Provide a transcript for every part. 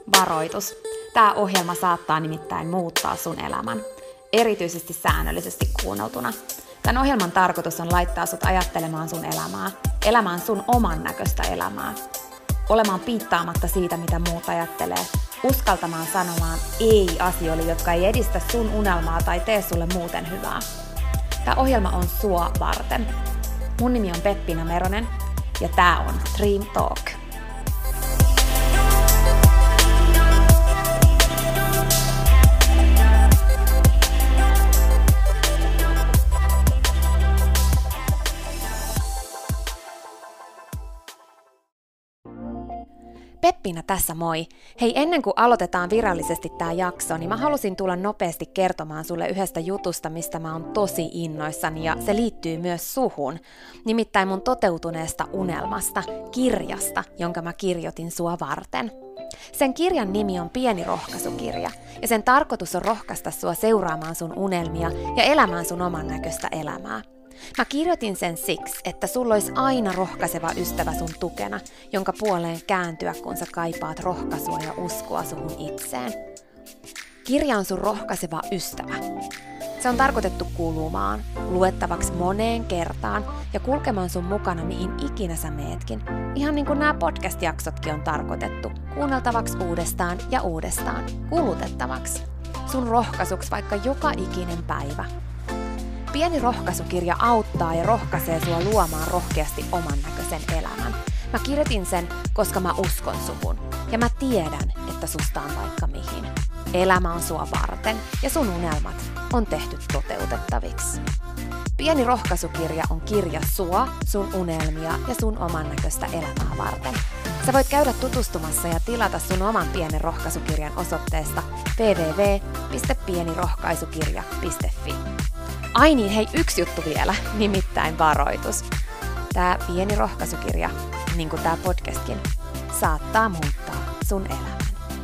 Varoitus. Tämä ohjelma saattaa nimittäin muuttaa sun elämän, erityisesti säännöllisesti kuunneltuna. Tämän ohjelman tarkoitus on laittaa sut ajattelemaan sun elämää, elämään sun oman näköistä elämää, olemaan piittaamatta siitä, mitä muut ajattelee, uskaltamaan sanomaan ei asioille, jotka ei edistä sun unelmaa tai tee sulle muuten hyvää. Tämä ohjelma on sua varten. Mun nimi on Peppina Meronen ja tää on Dream Talk. Peppina tässä moi! Hei, ennen kuin aloitetaan virallisesti tää jakso, niin mä halusin tulla nopeasti kertomaan sulle yhdestä jutusta, mistä mä oon tosi innoissani ja se liittyy myös suhun. Nimittäin mun toteutuneesta unelmasta, kirjasta, jonka mä kirjoitin sua varten. Sen kirjan nimi on Pieni rohkaisukirja ja sen tarkoitus on rohkaista sua seuraamaan sun unelmia ja elämään sun oman näköistä elämää. Mä kirjoitin sen siksi, että sulla olisi aina rohkaiseva ystävä sun tukena, jonka puoleen kääntyä, kun sä kaipaat rohkaisua ja uskoa suhun itseen. Kirja on sun rohkaiseva ystävä. Se on tarkoitettu kulumaan, luettavaksi moneen kertaan ja kulkemaan sun mukana mihin ikinä sä meetkin. Ihan niin kuin nämä podcast-jaksotkin on tarkoitettu, kuunneltavaksi uudestaan ja uudestaan, kulutettavaksi. Sun rohkaisuksi vaikka joka ikinen päivä. Pieni rohkaisukirja auttaa ja rohkaisee sua luomaan rohkeasti oman näköisen elämän. Mä kirjoitin sen, koska mä uskon suhun. Ja mä tiedän, että susta on vaikka mihin. Elämä on sua varten ja sun unelmat on tehty toteutettaviksi. Pieni rohkaisukirja on kirja sua, sun unelmia ja sun oman näköistä elämää varten. Sä voit käydä tutustumassa ja tilata sun oman pienen rohkaisukirjan osoitteesta www.pienirohkaisukirja.fi. Ai niin, hei, yksi juttu vielä, nimittäin varoitus. Tää pieni rohkaisukirja, niin kuin tää podcastkin, saattaa muuttaa sun elämän.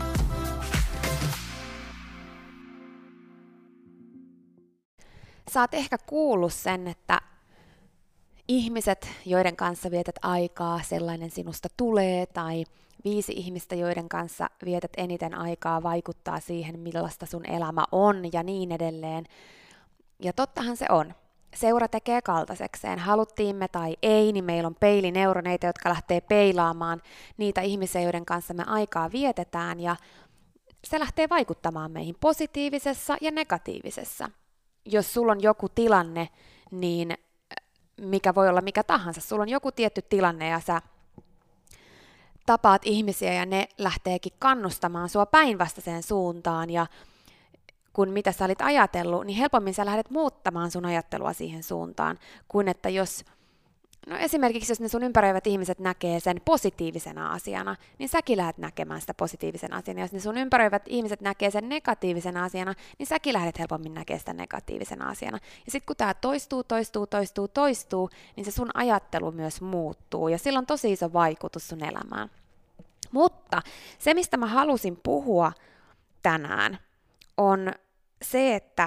Sä oot ehkä kuullut sen, että ihmiset, joiden kanssa vietät aikaa, sellainen sinusta tulee, tai 5 ihmistä, joiden kanssa vietät eniten aikaa, vaikuttaa siihen, millaista sun elämä on ja niin edelleen. Ja tottahan se on. Seura tekee kaltaisekseen. Haluttiin me tai ei, niin meillä on peilineuroneita, jotka lähtee peilaamaan niitä ihmisiä, joiden kanssa me aikaa vietetään, ja se lähtee vaikuttamaan meihin positiivisessa ja negatiivisessa. Jos sulla on joku tilanne, niin mikä voi olla mikä tahansa, sulla on joku tietty tilanne ja sä tapaat ihmisiä ja ne lähteekin kannustamaan sua päinvastaiseen suuntaan ja kun mitä sä olit ajatellut, niin helpommin sä lähdet muuttamaan sun ajattelua siihen suuntaan, kuin että esimerkiksi jos ne sun ympäröivät ihmiset näkee sen positiivisena asiana, niin säkin lähdet näkemään sitä positiivisena asiana. Jos ne sun ympäröivät ihmiset näkee sen negatiivisena asiana, niin säkin lähdet helpommin näkemään sitä negatiivisena asiana. Ja sitten kun tää toistuu, niin se sun ajattelu myös muuttuu, ja sillä on tosi iso vaikutus sun elämään. Mutta se, mistä mä halusin puhua tänään, on se, että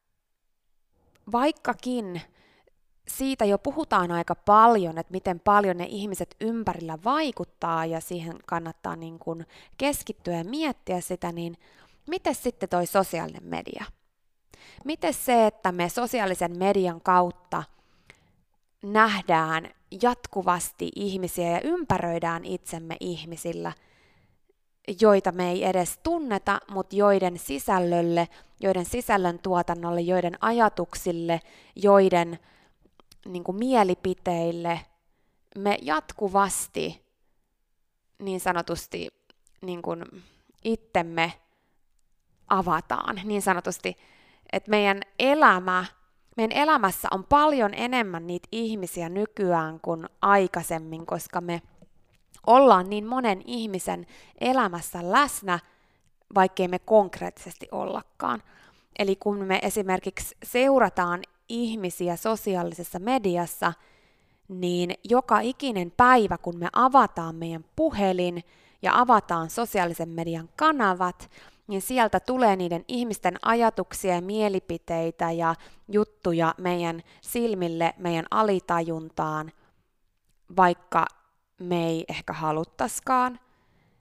vaikkakin siitä jo puhutaan aika paljon, että miten paljon ne ihmiset ympärillä vaikuttaa ja siihen kannattaa niin kuin keskittyä ja miettiä sitä, niin miten sitten toi sosiaalinen media? Miten se, että me sosiaalisen median kautta nähdään jatkuvasti ihmisiä ja ympäröidään itsemme ihmisillä, joita me ei edes tunneta, mutta joiden sisällölle, joiden sisällön tuotannolle, joiden ajatuksille, joiden niin kuin mielipiteille me jatkuvasti niin sanotusti niin kuin itsemme avataan. Niin sanotusti, että meidän elämässä on paljon enemmän niitä ihmisiä nykyään kuin aikaisemmin, koska me ollaan niin monen ihmisen elämässä läsnä, vaikkei me konkreettisesti ollakaan. Eli kun me esimerkiksi seurataan ihmisiä sosiaalisessa mediassa, niin joka ikinen päivä, kun me avataan meidän puhelin ja avataan sosiaalisen median kanavat, niin sieltä tulee niiden ihmisten ajatuksia ja mielipiteitä ja juttuja meidän silmille, meidän alitajuntaan, vaikka me ei ehkä haluttaisikaan.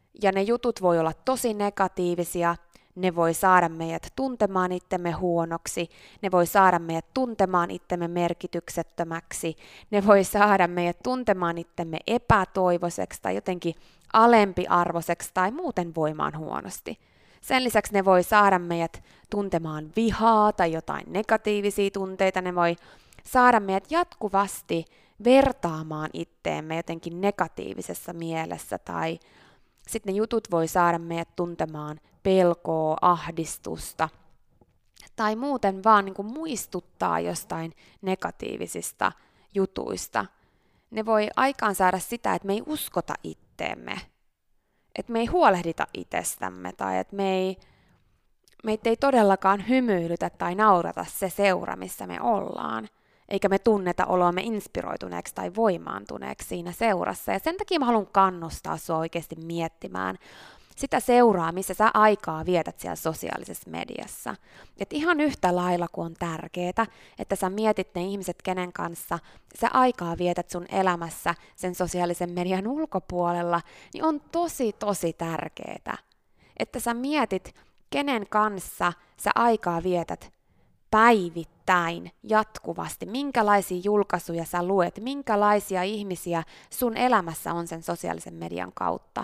Ja ne jutut voi olla tosi negatiivisia, ne voi saada meidät tuntemaan itsemme huonoksi, ne voi saada meidät tuntemaan itsemme merkityksettömäksi, ne voi saada meidät tuntemaan itsemme epätoivoiseksi tai jotenkin alempiarvoiseksi tai muuten voimaan huonosti. Sen lisäksi ne voi saada meidät tuntemaan vihaa tai jotain negatiivisia tunteita, ne voi saada meidät jatkuvasti vertaamaan itteemme jotenkin negatiivisessa mielessä tai sitten ne jutut voi saada meidät tuntemaan pelkoa, ahdistusta tai muuten vaan niin kuin muistuttaa jostain negatiivisista jutuista. Ne voi aikaan saada sitä, että me ei uskota itteemme, että me ei huolehdita itsestämme tai että meitä ei todellakaan hymyilytä tai naurata se seura, missä me ollaan. Eikä me tunneta oloamme inspiroituneeksi tai voimaantuneeksi siinä seurassa. Ja sen takia mä haluan kannustaa sua oikeasti miettimään sitä seuraa, missä sä aikaa vietät siellä sosiaalisessa mediassa. Et ihan yhtä lailla kuin on tärkeää, että sä mietit ne ihmiset, kenen kanssa sä aikaa vietät sun elämässä sen sosiaalisen median ulkopuolella, niin on tosi tärkeää, että sä mietit, kenen kanssa sä aikaa vietät päivittäin, jatkuvasti, minkälaisia julkaisuja sä luet, minkälaisia ihmisiä sun elämässä on sen sosiaalisen median kautta.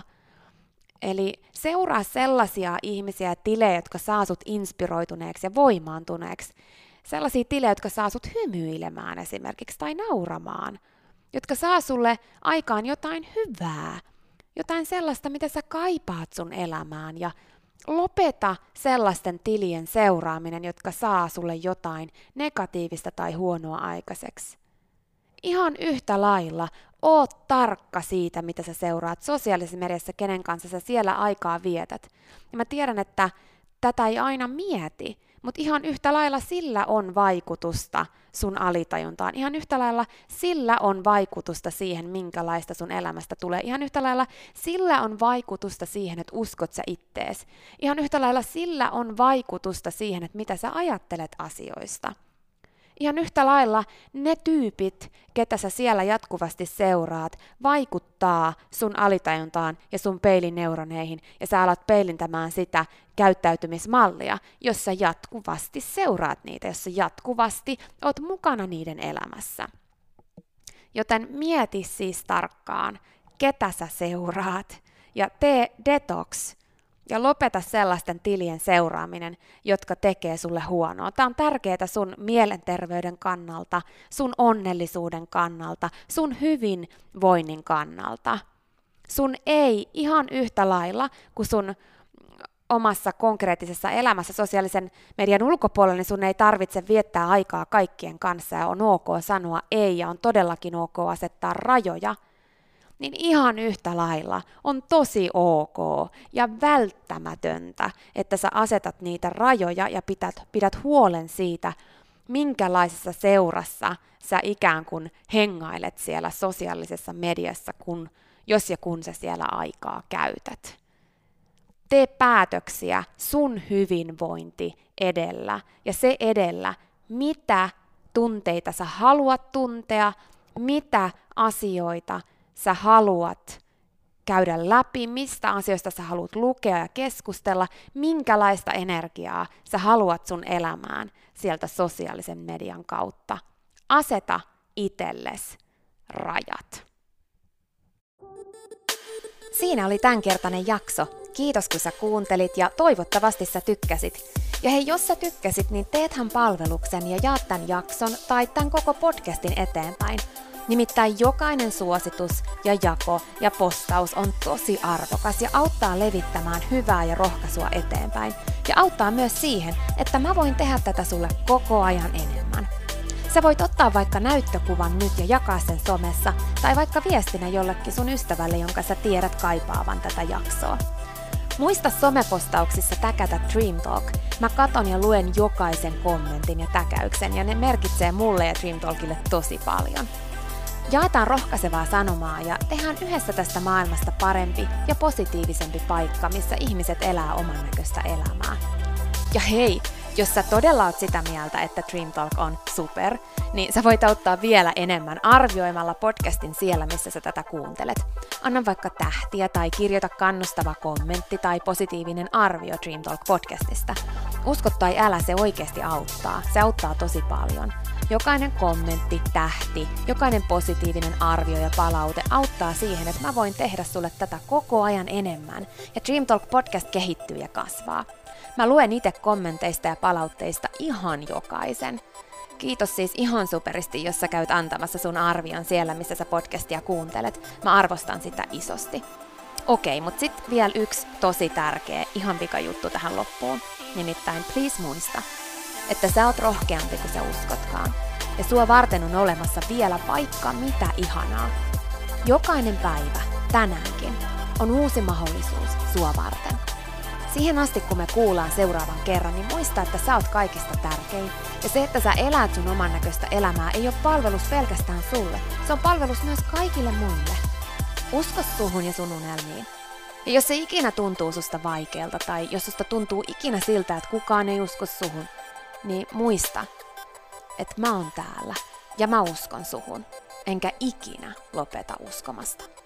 Eli seuraa sellaisia ihmisiä ja tilejä, jotka saa sut inspiroituneeksi ja voimaantuneeksi. Sellaisia tilejä, jotka saa sut hymyilemään esimerkiksi tai nauramaan, jotka saa sulle aikaan jotain hyvää, jotain sellaista, mitä sä kaipaat sun elämään ja lopeta sellaisten tilien seuraaminen, jotka saa sulle jotain negatiivista tai huonoa aikaiseksi. Ihan yhtä lailla oot tarkka siitä, mitä sä seuraat sosiaalisessa mediassa, kenen kanssa sä siellä aikaa vietät. Ja mä tiedän, että tätä ei aina mieti, mutta ihan yhtä lailla sillä on vaikutusta sun alitajuntaan. Ihan yhtä lailla sillä on vaikutusta siihen, minkälaista sun elämästä tulee. Ihan yhtä lailla sillä on vaikutusta siihen, että uskot sä ittees. Ihan yhtä lailla sillä on vaikutusta siihen, että mitä sä ajattelet asioista. Ihan yhtä lailla ne tyypit, ketä sä siellä jatkuvasti seuraat, vaikuttaa sun alitajuntaan ja sun peilineuroneihin, ja sä alat peilintämään sitä käyttäytymismallia, jos sä jatkuvasti seuraat niitä, jos sä jatkuvasti oot mukana niiden elämässä. Joten mieti siis tarkkaan, ketä sä seuraat, ja tee detox, ja lopeta sellaisten tilien seuraaminen, jotka tekee sulle huonoa. Tämä on tärkeää sun mielenterveyden kannalta, sun onnellisuuden kannalta, sun hyvinvoinnin kannalta. Sun ei ihan yhtä lailla kuin sun omassa konkreettisessa elämässä sosiaalisen median ulkopuolella, niin sun ei tarvitse viettää aikaa kaikkien kanssa ja on ok sanoa ei ja on todellakin ok asettaa rajoja. Niin ihan yhtä lailla on tosi ok ja välttämätöntä, että sä asetat niitä rajoja ja pidät huolen siitä, minkälaisessa seurassa sä ikään kuin hengailet siellä sosiaalisessa mediassa, jos ja kun sä siellä aikaa käytät. Tee päätöksiä sun hyvinvointi edellä ja se edellä, mitä tunteita sä haluat tuntea, mitä asioita sä haluat käydä läpi, mistä asioista sä haluat lukea ja keskustella, minkälaista energiaa sä haluat sun elämään sieltä sosiaalisen median kautta. Aseta itsellesi rajat. Siinä oli tämänkertainen jakso. Kiitos kun sä kuuntelit ja toivottavasti sä tykkäsit. Ja hei, jos sä tykkäsit, niin teethän palveluksen ja jaat tämän jakson tai tämän koko podcastin eteenpäin. Nimittäin jokainen suositus ja jako ja postaus on tosi arvokas ja auttaa levittämään hyvää ja rohkaisua eteenpäin. Ja auttaa myös siihen, että mä voin tehdä tätä sulle koko ajan enemmän. Sä voit ottaa vaikka näyttökuvan nyt ja jakaa sen somessa, tai vaikka viestinä jollekin sun ystävälle, jonka sä tiedät kaipaavan tätä jaksoa. Muista somepostauksissa täkätä Dream Talk. Mä katon ja luen jokaisen kommentin ja täkäyksen, ja ne merkitsee mulle ja Dream Talkille tosi paljon. Jaetaan rohkaisevaa sanomaa ja tehdään yhdessä tästä maailmasta parempi ja positiivisempi paikka, missä ihmiset elää oman näköistä elämää. Ja hei, Jos sä todella oot sitä mieltä, että Dream Talk on super, niin sä voit auttaa vielä enemmän arvioimalla podcastin siellä, missä sä tätä kuuntelet. Anna vaikka tähtiä tai kirjoita kannustava kommentti tai positiivinen arvio Dream Talk podcastista. Usko tai älä, se oikeasti auttaa. Se auttaa tosi paljon. Jokainen kommentti, tähti, jokainen positiivinen arvio ja palaute auttaa siihen, että mä voin tehdä sulle tätä koko ajan enemmän. Ja Dream Talk podcast kehittyy ja kasvaa. Mä luen itse kommenteista ja palautteista ihan jokaisen. Kiitos siis ihan superisti, jos sä käyt antamassa sun arvion siellä, missä sä podcastia kuuntelet. Mä arvostan sitä isosti. Okei, mut sit vielä yksi tosi tärkeä, ihan pikajuttu tähän loppuun. Nimittäin please muista, että sä oot rohkeampi kuin sä uskotkaan. Ja sua varten on olemassa vielä vaikka mitä ihanaa. Jokainen päivä, tänäänkin, on uusi mahdollisuus sua varten. Siihen asti, kun me kuullaan seuraavan kerran, niin muista, että sä oot kaikista tärkein. Ja se, että sä elät sun oman näköistä elämää, ei ole palvelus pelkästään sulle. Se on palvelus myös kaikille muille. Usko suhun ja sun unelmiin. Ja jos se ikinä tuntuu susta vaikealta, tai jos susta tuntuu ikinä siltä, että kukaan ei usko suhun, niin muista, että mä oon täällä ja mä uskon suhun, enkä ikinä lopeta uskomasta.